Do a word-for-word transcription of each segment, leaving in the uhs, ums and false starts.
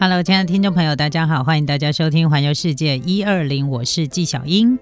Hello， 亲爱的听众朋友，大家好，欢迎大家收听环游世界一二零，我是纪晓英。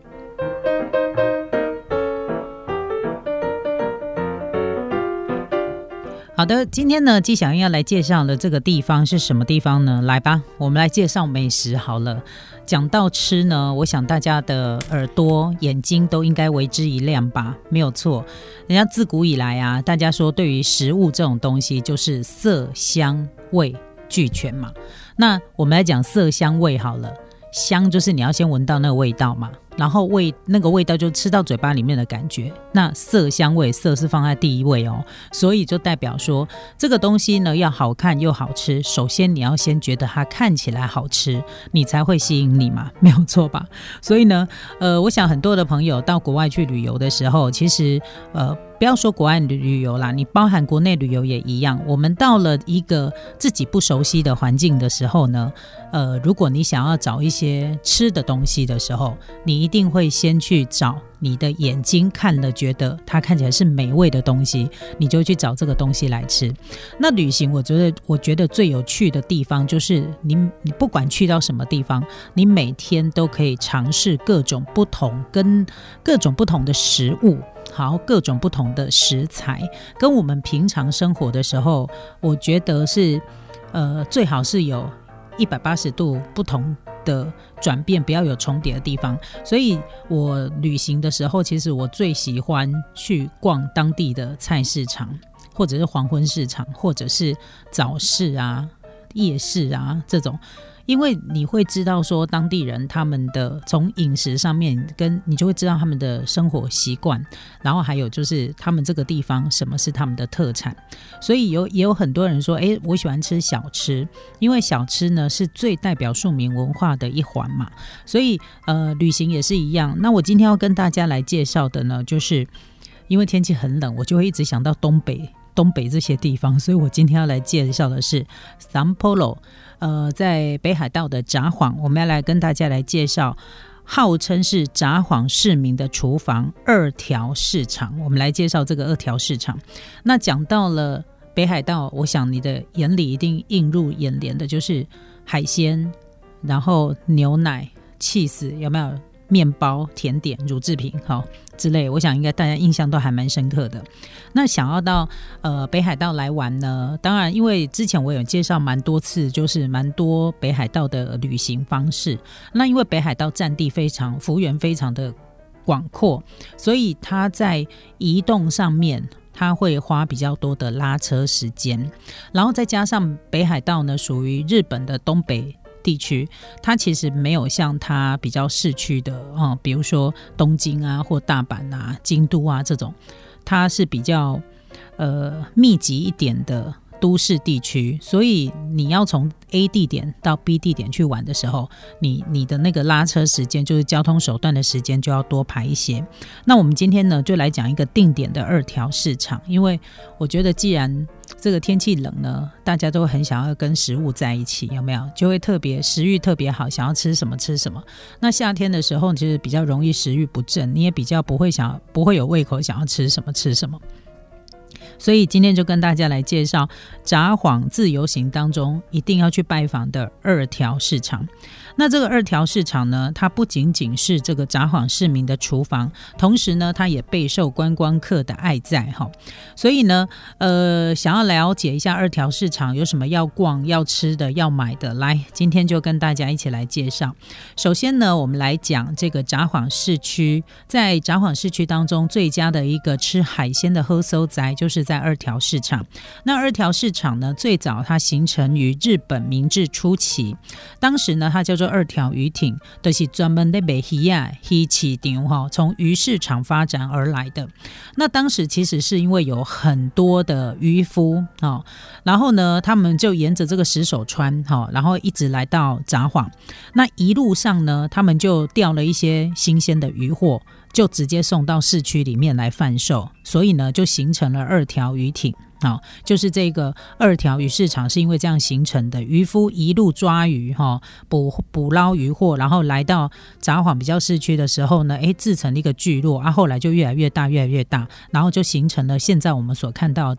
好的，今天呢，纪晓英要来介绍的这个地方是什么地方呢？来吧，我们来介绍美食好了。讲到吃呢，我想大家的耳朵、眼睛都应该为之一亮吧，没有错。人家自古以来啊，大家说对于食物这种东西，就是色香味俱全嘛。那我们来讲色香味好了，香就是你要先闻到那个味道嘛，然后味那个味道就吃到嘴巴里面的感觉。那色香味，色是放在第一位哦，所以就代表说这个东西呢要好看又好吃，首先你要先觉得它看起来好吃，你才会吸引你嘛，没有错吧？所以呢，呃，我想很多的朋友到国外去旅游的时候，其实呃。不要说国外旅游啦，你包含国内旅游也一样。我们到了一个自己不熟悉的环境的时候呢，呃，如果你想要找一些吃的东西的时候，你一定会先去找你的眼睛看了觉得它看起来是美味的东西，你就去找这个东西来吃。那旅行我觉得我觉得最有趣的地方就是你你不管去到什么地方，你每天都可以尝试各种不同跟各种不同的食物，好，各种不同的食材，跟我们平常生活的时候，我觉得是呃最好是有一百八十度不同的转变，不要有重叠的地方。所以我旅行的时候，其实我最喜欢去逛当地的菜市场，或者是黄昏市场，或者是早市啊、夜市啊这种。因为你会知道说当地人他们的从饮食上面跟你就会知道他们的生活习惯，然后还有就是他们这个地方什么是他们的特产。所以有也有很多人说，诶，我喜欢吃小吃，因为小吃呢是最代表庶民文化的一环嘛。所以呃，旅行也是一样。那我今天要跟大家来介绍的呢，就是因为天气很冷，我就会一直想到东北东北这些地方，所以我今天要来介绍的是 São Paulo， 呃，在北海道的札幌，我们要来跟大家来介绍号称是札幌市民的厨房二条市场。我们来介绍这个二条市场。那讲到了北海道，我想你的眼里一定映入眼帘的就是海鲜，然后牛奶、cheese， 有没有？面包、甜点、乳制品好之类，我想应该大家印象都还蛮深刻的。那想要到呃北海道来玩呢，当然因为之前我有介绍蛮多次，就是蛮多北海道的旅行方式。那因为北海道占地非常幅员非常的广阔，所以它在移动上面它会花比较多的拉车时间，然后再加上北海道呢属于日本的东北地区，它其实没有像它比较市区的、嗯、比如说东京啊或大阪啊、京都啊这种，它是比较呃密集一点的都市地区，所以你要从 A 地点到 B 地点去玩的时候，你你的那个拉车时间，就是交通手段的时间就要多排一些。那我们今天呢就来讲一个定点的二条市场，因为我觉得既然这个天气冷呢，大家都很想要跟食物在一起，有没有？就会特别食欲特别好，想要吃什么吃什么。那夏天的时候其实比较容易食欲不振，你也比较不会想不会有胃口想要吃什么吃什么。所以今天就跟大家来介绍札幌自由行当中一定要去拜访的二条市场。那这个二条市场呢，它不仅仅是这个札幌市民的厨房，同时呢它也备受观光客的爱戴。所以呢呃，想要了解一下二条市场有什么要逛、要吃的、要买的，来今天就跟大家一起来介绍。首先呢我们来讲这个札幌市区，在札幌市区当中最佳的一个吃海鲜的喝搜宅就是在二条市场。那二条市场呢最早它形成于日本明治初期，当时呢它叫做二条鱼町，就是专门在卖鱼啊鱼市场，从鱼市场发展而来的。那当时其实是因为有很多的渔夫、哦、然后呢他们就沿着这个石手川、哦、然后一直来到札幌。那一路上呢他们就钓了一些新鲜的渔获，就直接送到市区里面来贩售，所以呢就形成了二条鱼町。哦、就是这个二条鱼市场是因为这样形成的，渔夫一路抓鱼、哦、捕, 捕捞渔获，然后来到札幌比较市区的时候呢，诶自成了一个聚落、啊、后来就越来越大越来越大，然后就形成了现在我们所看到的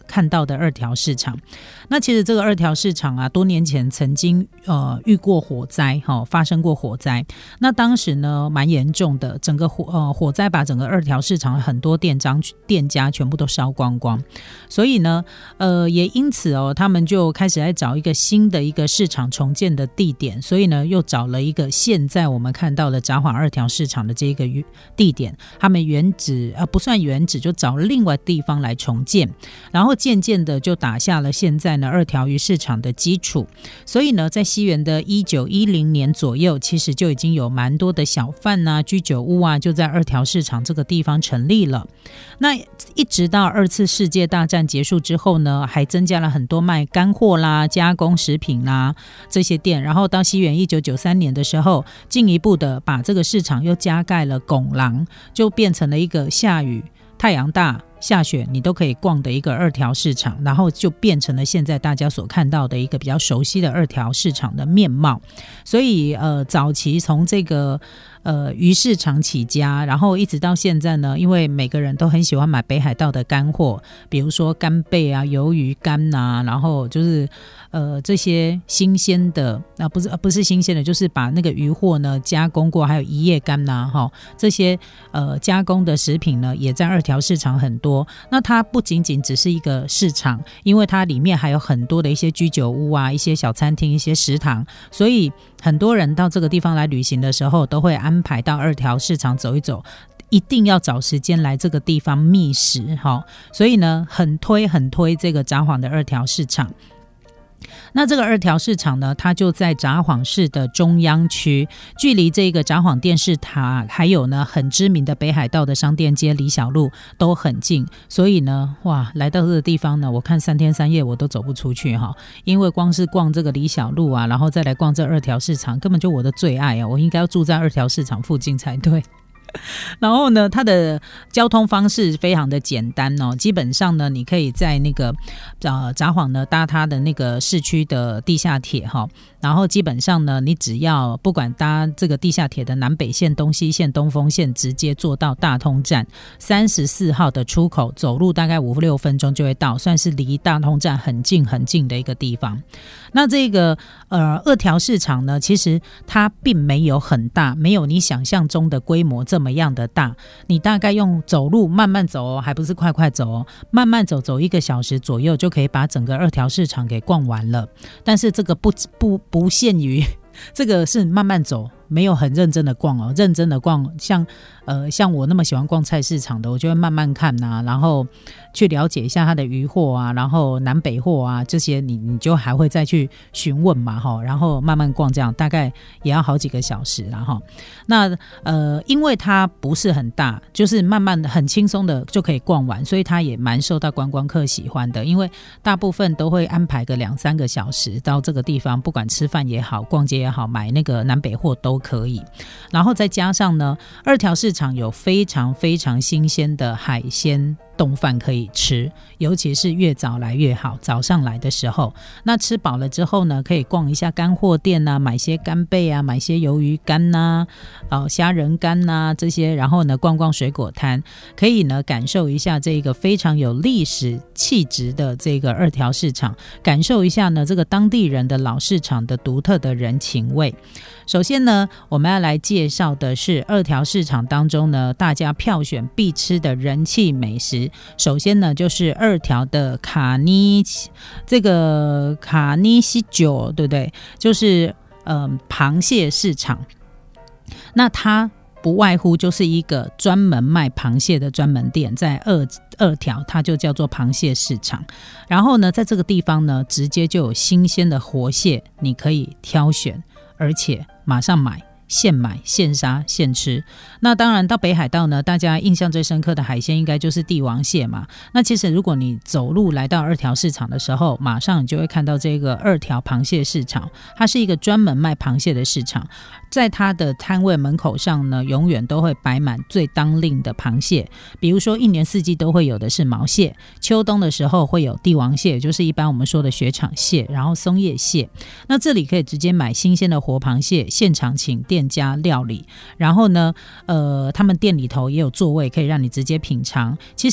看到的二条市场。那其实这个二条市场啊，多年前曾经呃遇过火灾，哦，发生过火灾。那当时呢蛮严重的，整个火呃火灾把整个二条市场很多店张店家全部都烧光光。所以呢呃也因此哦，他们就开始来找一个新的一个市场重建的地点，所以呢又找了一个现在我们看到的札幌二条市场的这个地点，他们原址呃不算原址，就找了另外地方来重建，然后渐渐的就打下了现在呢二条鱼市场的基础。所以呢在西元的一九一零年左右，其实就已经有蛮多的小贩啊居酒屋啊就在二条市场这个地方成立了。那一直到二次世界大战结束之后呢，还增加了很多卖干货啦加工食品啦这些店，然后到西元一九九三年的时候，进一步的把这个市场又加盖了拱廊，就变成了一个下雨太阳大下雪你都可以逛的一个二条市场，然后就变成了现在大家所看到的一个比较熟悉的二条市场的面貌。所以呃，早期从这个呃鱼市场起家，然后一直到现在呢，因为每个人都很喜欢买北海道的干货，比如说干贝啊鱿鱼干啊，然后就是呃这些新鲜的啊不是、呃、不是新鲜的，就是把那个鱼货呢加工过，还有一夜干啊、哦、这些呃加工的食品呢也在二条市场很多。那它不仅仅只是一个市场，因为它里面还有很多的一些居酒屋啊，一些小餐厅，一些食堂，所以很多人到这个地方来旅行的时候都会安排到二条市场走一走，一定要找时间来这个地方觅食、哦、所以呢很推很推这个札幌的二条市场。那这个二条市场呢，它就在札幌市的中央区，距离这个札幌电视塔还有呢很知名的北海道的商店街李小路都很近。所以呢哇，来到这个地方呢，我看三天三夜我都走不出去哈，因为光是逛这个李小路啊，然后再来逛这二条市场，根本就我的最爱啊，我应该要住在二条市场附近才对。然后呢它的交通方式非常的简单哦，基本上呢你可以在那个呃札幌呢搭它的那个市区的地下铁哈、哦，然后基本上呢你只要不管搭这个地下铁的南北线东西线东风线，直接坐到大通站三十四号的出口，走路大概五六分钟就会到，算是离大通站很近很近的一个地方。那这个呃二条市场呢，其实它并没有很大，没有你想象中的规模这么样的大，你大概用走路慢慢走哦，还不是快快走哦，慢慢走走一个小时左右就可以把整个二条市场给逛完了。但是这个不不不限于这个，是慢慢走，没有很认真的逛哦，认真的逛像呃像我那么喜欢逛菜市场的，我就会慢慢看啊，然后去了解一下它的鱼货啊，然后南北货啊这些你你就还会再去询问嘛齁，然后慢慢逛，这样大概也要好几个小时啦齁。那呃因为它不是很大，就是慢慢的很轻松的就可以逛完，所以它也蛮受到观光客喜欢的，因为大部分都会安排个两三个小时到这个地方，不管吃饭也好逛街也好买那个南北货都可以。然后再加上呢二条市场有非常非常新鲜的海鲜冻饭可以吃，尤其是越早来越好，早上来的时候，那吃饱了之后呢，可以逛一下干货店啊，买些干贝啊，买些鱿鱼干啊、哦、虾仁干啊这些，然后呢逛逛水果摊，可以呢感受一下这个非常有历史气质的这个二条市场，感受一下呢这个当地人的老市场的独特的人情味。首先呢我们要来介绍的是二条市场当中呢大家票选必吃的人气美食。首先呢就是二条的卡尼这个卡尼西酒，对不对？就是呃螃蟹市场。那它不外乎就是一个专门卖螃蟹的专门店，在二二条它就叫做螃蟹市场。然后呢在这个地方呢直接就有新鲜的活蟹你可以挑选，而且马上买，现买现杀现吃。那当然到北海道呢，大家印象最深刻的海鲜应该就是帝王蟹嘛。那其实如果你走路来到二条市场的时候，马上你就会看到这个二条螃蟹市场，它是一个专门卖螃蟹的市场。在它的摊位门口上呢，永远都会摆满最当令的螃蟹，比如说一年四季都会有的是毛蟹，秋冬的时候会有帝王蟹，就是一般我们说的雪场蟹，然后松叶蟹。那这里可以直接买新鲜的活螃蟹，现场请店家料理，然后呢呃，他们店里头也有座位可以让你直接品尝。其实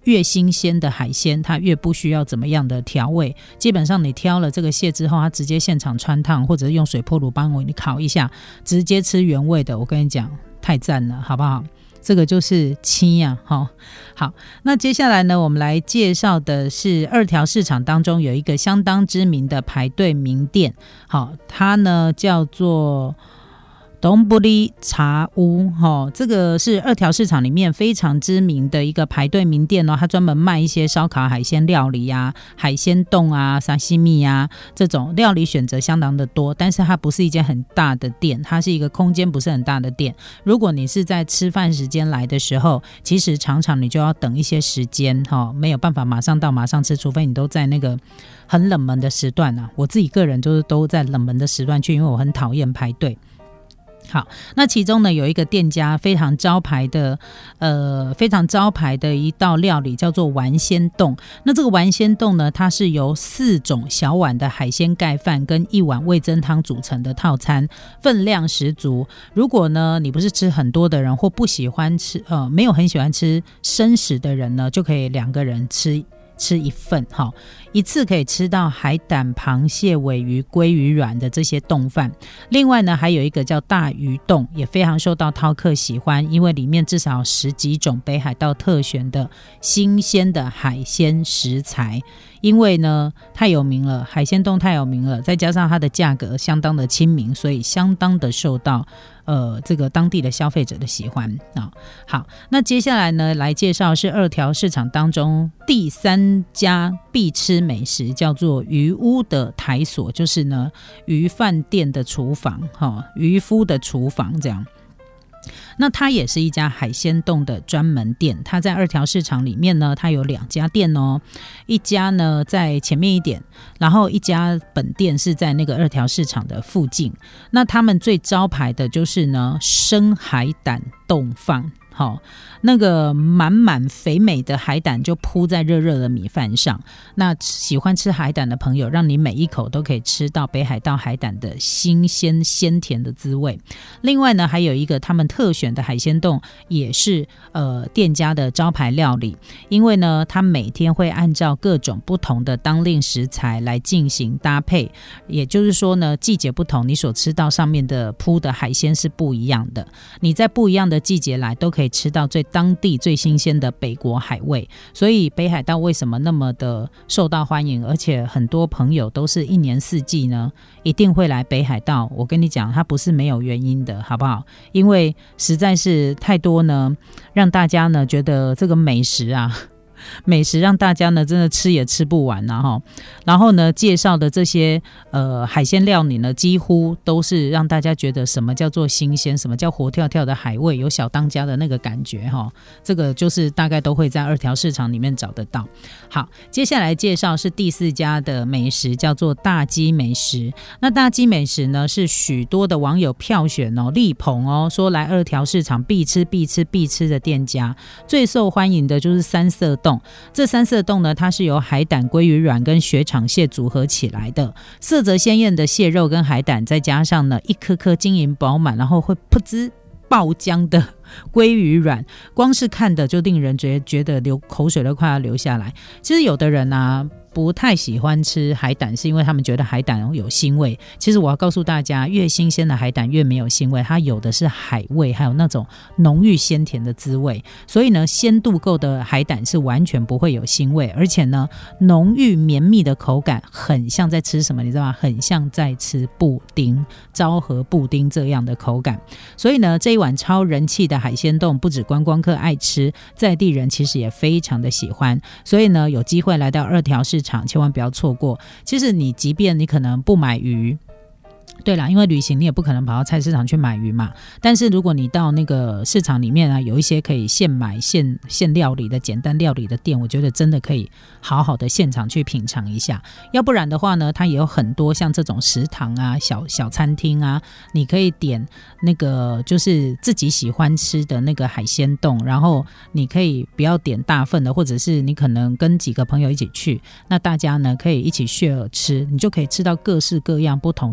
越新鲜的海鲜它越不需要怎么样的调味，基本上你挑了这个蟹之后，它直接现场穿烫，或者是用水波炉帮我你烤一下，直接吃原味的，我跟你讲太赞了，好不好？这个就是七啊，好，好，那接下来呢，我们来介绍的是二条市场当中有一个相当知名的排队名店，好，它呢叫做东布利茶屋、哦、这个是二条市场里面非常知名的一个排队名店哦，它专门卖一些烧烤海鲜料理啊、海鲜冻啊、沙西米啊，这种料理选择相当的多，但是它不是一间很大的店，它是一个空间不是很大的店。如果你是在吃饭时间来的时候，其实常常你就要等一些时间、哦、没有办法马上到马上吃，除非你都在那个很冷门的时段啊。我自己个人就是都在冷门的时段去，因为我很讨厌排队。好，那其中呢有一个店家非常招牌的呃非常招牌的一道料理叫做丸鲜冻。那这个丸鲜冻呢，它是由四种小碗的海鲜盖饭跟一碗味噌汤组成的套餐，分量十足。如果呢你不是吃很多的人，或不喜欢吃呃没有很喜欢吃生食的人呢，就可以两个人吃吃一份，好，一次可以吃到海胆、螃蟹、鲔鱼、鲑鱼卵的这些冻饭。另外呢，还有一个叫大鱼冻，也非常受到饕客喜欢，因为里面至少有十几种北海道特选的新鲜的海鲜食材。因为呢太有名了，海鲜冻太有名了，再加上它的价格相当的亲民，所以相当的受到呃这个当地的消费者的喜欢、哦、好，那接下来呢来介绍是二条市场当中第三家必吃美食，叫做渔屋的台所，就是呢鱼饭店的厨房、哦、渔夫的厨房这样。那它也是一家海鲜冻的专门店，它在二条市场里面呢，它有两家店哦，一家呢在前面一点，然后一家本店是在那个二条市场的附近。那他们最招牌的就是呢生海胆冻饭，好，那个满满肥美的海胆就铺在热热的米饭上。那喜欢吃海胆的朋友，让你每一口都可以吃到北海道海胆的新鲜鲜甜的滋味。另外呢，还有一个他们特选的海鲜冻，也是呃店家的招牌料理。因为呢，他每天会按照各种不同的当令食材来进行搭配，也就是说呢，季节不同，你所吃到上面的铺的海鲜是不一样的。你在不一样的季节来，都可以吃到最当地最新鲜的北国海味。所以北海道为什么那么的受到欢迎，而且很多朋友都是一年四季呢一定会来北海道，我跟你讲它不是没有原因的，好不好？因为实在是太多呢让大家呢觉得这个美食啊美食让大家呢真的吃也吃不完啊，然后呢介绍的这些呃海鲜料理呢几乎都是让大家觉得什么叫做新鲜，什么叫活跳跳的海味，有小当家的那个感觉哈。这个就是大概都会在二条市场里面找得到。好，接下来介绍是第四家的美食，叫做大鸡美食。那大鸡美食呢是许多的网友票选哦力捧哦，说来二条市场必吃必吃必吃的店家。最受欢迎的就是三色冻，这三色冻呢，它是由海胆、鲑鱼卵跟雪场蟹组合起来的，色泽鲜艳的蟹肉跟海胆，再加上呢一颗颗晶莹饱满，然后会噗滋爆浆的鲑鱼卵，光是看的就令人觉得觉得流口水都快要流下来。其实有的人啊不太喜欢吃海胆，是因为他们觉得海胆有腥味。其实我要告诉大家，越新鲜的海胆越没有腥味，它有的是海味，还有那种浓郁鲜甜的滋味。所以呢，鲜度够的海胆是完全不会有腥味，而且呢，浓郁绵密的口感很像在吃什么，你知道吗？很像在吃布丁，昭和布丁这样的口感。所以呢，这一碗超人气的海鲜冻，不止观光客爱吃，在地人其实也非常的喜欢。所以呢，有机会来到二条市场千万不要错过。其实你即便你可能不买鱼，对啦，因为旅行你也不可能跑到菜市场去买鱼嘛，但是如果你到那个市场里面啊，有一些可以现买现现料理的简单料理的店，我觉得真的可以好好的现场去品尝一下。要不然的话呢，它也有很多像这种食堂啊、小小餐厅啊，你可以点那个就是自己喜欢吃的那个海鲜冻，然后你可以不要点大份的，或者是你可能跟几个朋友一起去，那大家呢可以一起 share 吃，你就可以吃到各式各样不同的海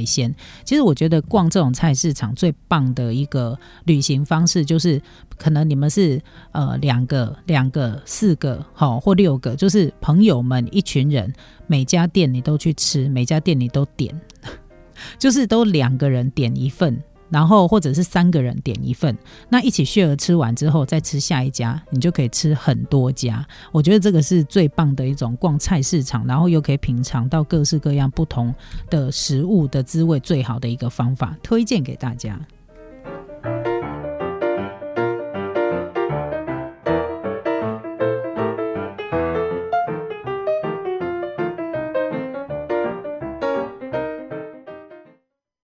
海鲜。其实我觉得逛这种菜市场最棒的一个旅行方式，就是可能你们是呃两个、两个、四个，好或六个，就是朋友们一群人，每家店你都去吃，每家店你都点，就是都两个人点一份。然后或者是三个人点一份，那一起 share 吃完之后再吃下一家，你就可以吃很多家。我觉得这个是最棒的一种逛菜市场，然后又可以品尝到各式各样不同的食物的滋味最好的一个方法，推荐给大家。